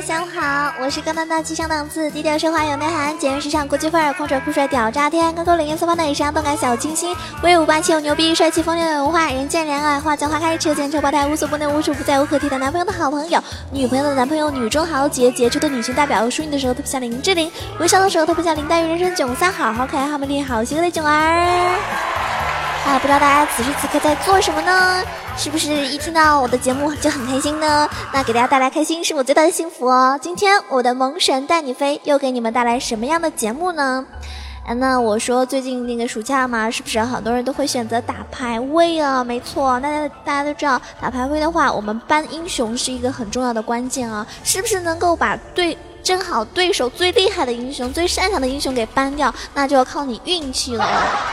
下午好，我是高端大气上档次，低调奢华有内涵，简约时尚国际范儿，狂拽酷帅屌炸天，高高冷艳四方的以上动感小清新，威武霸气又牛逼，帅气风流有文化，人见人爱，花见花开，车见车爆胎，无所不能无处不在，无可替代男朋友的好朋友，女朋友的男朋友，女中豪杰，杰出的女性代表，淑女的时候特别像林志玲，微笑的时候特别像林黛玉，人生囧三好，好可爱好美丽好邪恶的囧儿。不知道大家此时此刻在做什么呢？是不是一听到我的节目就很开心呢？那给大家带来开心是我最大的幸福哦。今天我的萌神带你飞又给你们带来什么样的节目呢？那我说最近那个暑假嘛，是不是很多人都会选择打排位啊？没错，大家都知道打排位的话，我们搬英雄是一个很重要的关键啊，是不是能够把正好对手最厉害的英雄、最擅长的英雄给搬掉，那就要靠你运气了。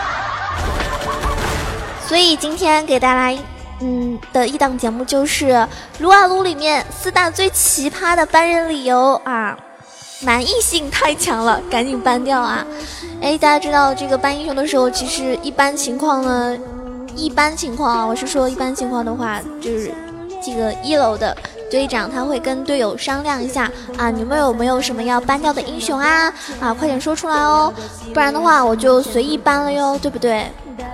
所以今天给大家的一档节目就是撸啊撸里面4大最奇葩的搬人理由啊，难易性太强了，赶紧搬掉啊！大家知道这个搬英雄的时候，其实一般情况啊，我是说一般情况的话，就是这个1楼的队长他会跟队友商量一下啊，你们有没有什么要搬掉的英雄啊？快点说出来哦，不然的话我就随意搬了哟，对不对？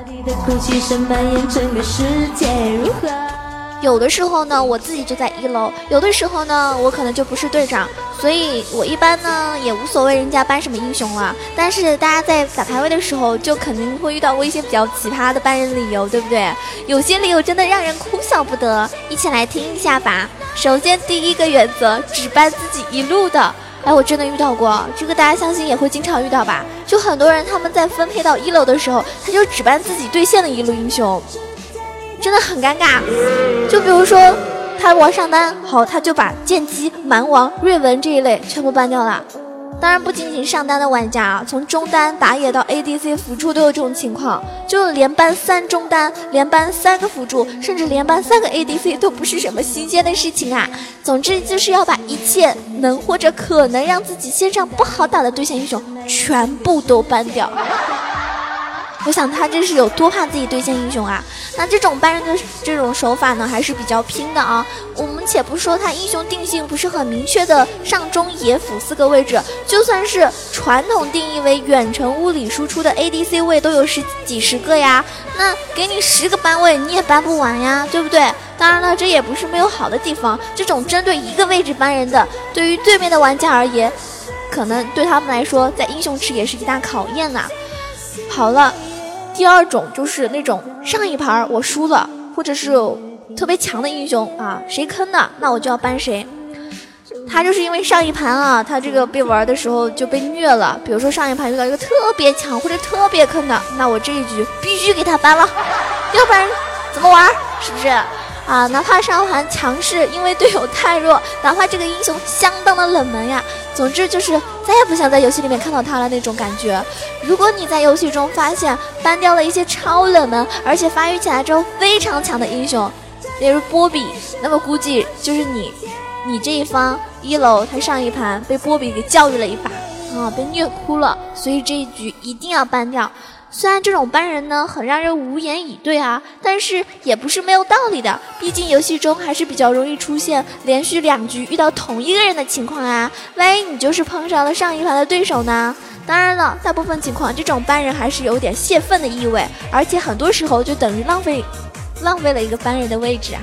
有的时候呢我自己就在1楼，有的时候呢我可能就不是队长，所以我一般呢也无所谓人家搬什么英雄了，但是大家在打排位的时候就肯定会遇到过一些比较奇葩的搬人理由，对不对？有些理由真的让人哭笑不得，一起来听一下吧。首先第一个原则，只搬自己一路的。我真的遇到过，这个大家相信也会经常遇到吧，就很多人他们在分配到1楼的时候，他就只搬自己对线的一路英雄，真的很尴尬。就比如说他玩上单，好，他就把剑姬、蛮王、瑞文这一类全部搬掉了。当然不仅仅上单的玩家啊，从中单打野到 ADC 辅助都有这种情况，就连搬3中单，连搬3个辅助，甚至连搬3个 ADC 都不是什么新鲜的事情啊。总之就是要把一切能或者可能让自己线上不好打的对线英雄全部都搬掉。我想他这是有多怕自己对线英雄啊。那这种搬人的这种手法呢还是比较拼的啊。我们且不说他英雄定性不是很明确的上中野辅4个位置，就算是传统定义为远程物理输出的 ADC 位都有几十个呀，那给你10个搬位你也搬不完呀，对不对？当然了，这也不是没有好的地方，这种针对一个位置搬人的，对于对面的玩家而言，可能对他们来说在英雄池也是一大考验啊。好了，第二种就是那种上一盘我输了，或者是特别强的英雄啊，谁坑的那我就要搬谁。他就是因为上一盘啊，他这个被玩的时候就被虐了，比如说上一盘遇到一个特别强或者特别坑的，那我这一局必须给他搬了，要不然怎么玩，是不是啊？哪怕上盘强势，因为队友太弱，哪怕这个英雄相当的冷门呀，总之就是再也不想在游戏里面看到他了那种感觉。如果你在游戏中发现搬掉了一些超冷门而且发育起来之后非常强的英雄，例如波比，那么估计就是你这一方1楼他上一盘被波比给教育了一把啊，被虐哭了，所以这一局一定要搬掉。虽然这种搬人呢很让人无言以对啊，但是也不是没有道理的，毕竟游戏中还是比较容易出现连续2局遇到同一个人的情况啊，万一你就是碰上了上一盘的对手呢？当然了，大部分情况这种搬人还是有点泄愤的意味，而且很多时候就等于浪费了一个搬人的位置啊。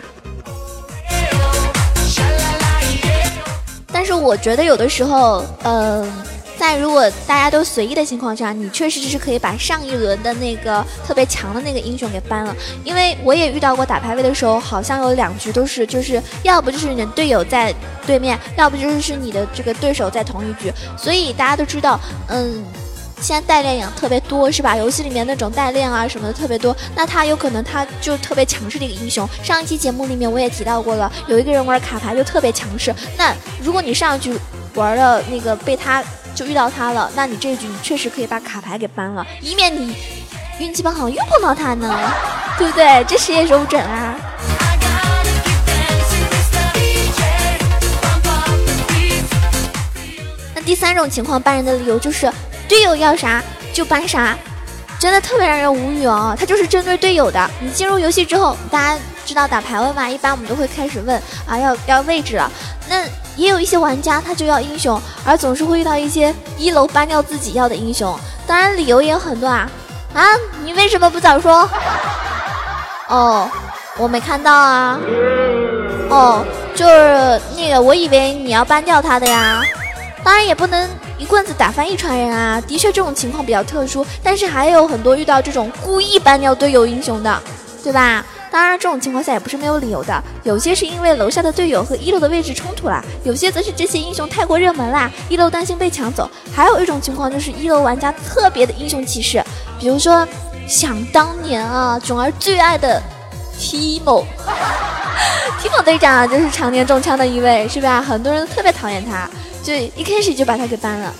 但是我觉得有的时候在如果大家都随意的情况下，你确实是可以把上一轮的那个特别强的那个英雄给搬了。因为我也遇到过打排位的时候，好像有2局都是就是要不就是你的队友在对面，要不就是你的这个对手在同一局。所以大家都知道现在代练也特别多是吧，游戏里面那种代练啊什么的特别多，那他有可能他就特别强势的一个英雄。上一期节目里面我也提到过了，有一个人玩卡牌就特别强势，那如果你上一局玩了那个被他就遇到他了，那你这一局你确实可以把卡牌给搬了，以免你运气不好又碰到他呢，对不对？这谁也揉不准啊。那第3种情况搬人的理由就是队友要啥就搬啥，真的特别让人无语哦。他就是针对队友的。你进入游戏之后，大家知道打排位嘛，一般我们都会开始问啊要位置了，那也有一些玩家他就要英雄，而总是会遇到一些一楼搬掉自己要的英雄，当然理由也有很多啊，你为什么不早说？哦，我没看到啊。哦，就是那个，我以为你要搬掉他的呀。当然也不能一棍子打翻一船人啊，的确这种情况比较特殊，但是还有很多遇到这种故意搬掉队友英雄的，对吧？当然这种情况下也不是没有理由的，有些是因为楼下的队友和一楼的位置冲突了，有些则是这些英雄太过热门啦，一楼担心被抢走，还有一种情况就是一楼玩家特别的英雄歧视，比如说想当年啊囧儿最爱的 Timo 队长啊，就是常年中枪的一位，是吧？很多人都特别讨厌他，就一开始就把他给ban了。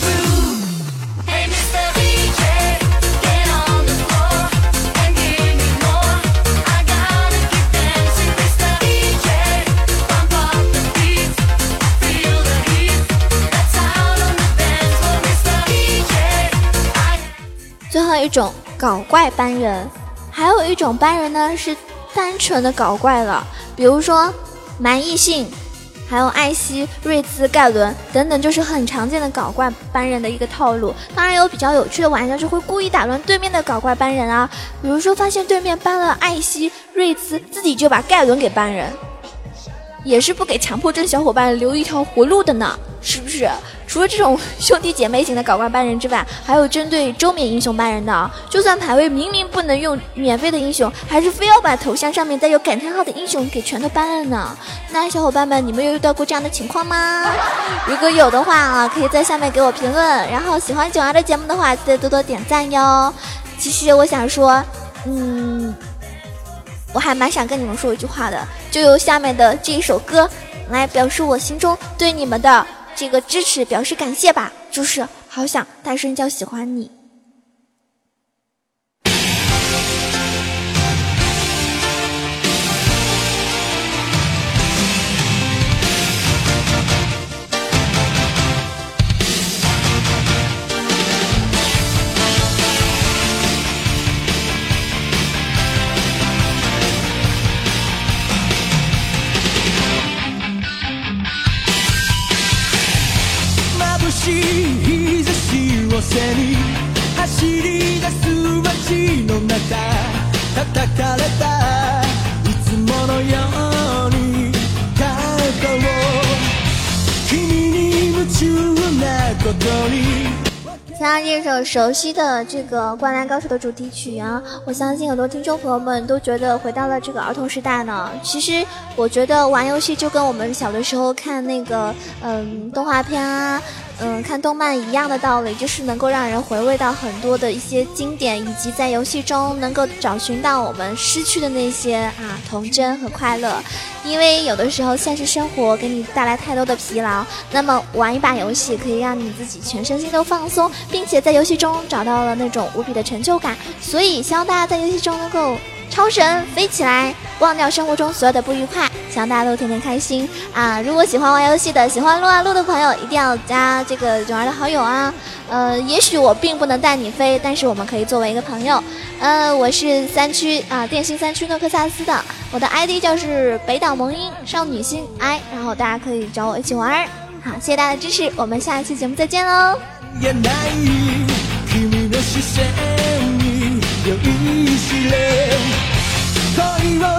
最后一种搞怪ban人，还有一种ban人呢是单纯的搞怪了，比如说蛮异性，还有艾希、瑞兹、盖伦等等，就是很常见的搞怪ban人的一个套路。当然有比较有趣的玩家是会故意打乱对面的搞怪ban人啊，比如说发现对面ban了艾希、瑞兹，自己就把盖伦给ban人，也是不给强迫症小伙伴留一条活路的呢，是不是？除了这种兄弟姐妹型的搞怪ban人之外，还有针对周免英雄ban人的，就算排位明明不能用免费的英雄，还是非要把头像上面带有感叹号的英雄给全都ban了呢。那小伙伴们，你们有遇到过这样的情况吗？如果有的话啊，可以在下面给我评论，然后喜欢囧儿的节目的话，记得多多点赞哟。其实我想说，我还蛮想跟你们说一句话的，就由下面的这一首歌来表示我心中对你们的这个支持，表示感谢吧，就是好想大声叫喜欢你。 日差しを背に走り出す街の中叩かれたいつものように肩を君に夢中なことに。 像这首熟悉的这个《灌篮高手》的主题曲啊，我相信很多听众朋友们都觉得回到了这个儿童时代呢。其实我觉得玩游戏就跟我们小的时候看那个动画片啊看动漫一样的道理，就是能够让人回味到很多的一些经典，以及在游戏中能够找寻到我们失去的那些童真和快乐。因为有的时候现实生活给你带来太多的疲劳，那么玩一把游戏可以让你自己全身心都放松，并且在游戏中找到了那种无比的成就感。所以希望大家在游戏中能够超神飞起来，忘掉生活中所有的不愉快，希望大家都天天开心啊！如果喜欢玩游戏的，喜欢撸啊撸的朋友，一定要加这个囧儿的好友啊！也许我并不能带你飞，但是我们可以作为一个朋友。我是三区电信三区诺克萨斯的，我的 ID 就是北岛萌音少女心 I， 然后大家可以找我一起玩。好，谢谢大家的支持，我们下一期节目再见喽！酔いしれ恋を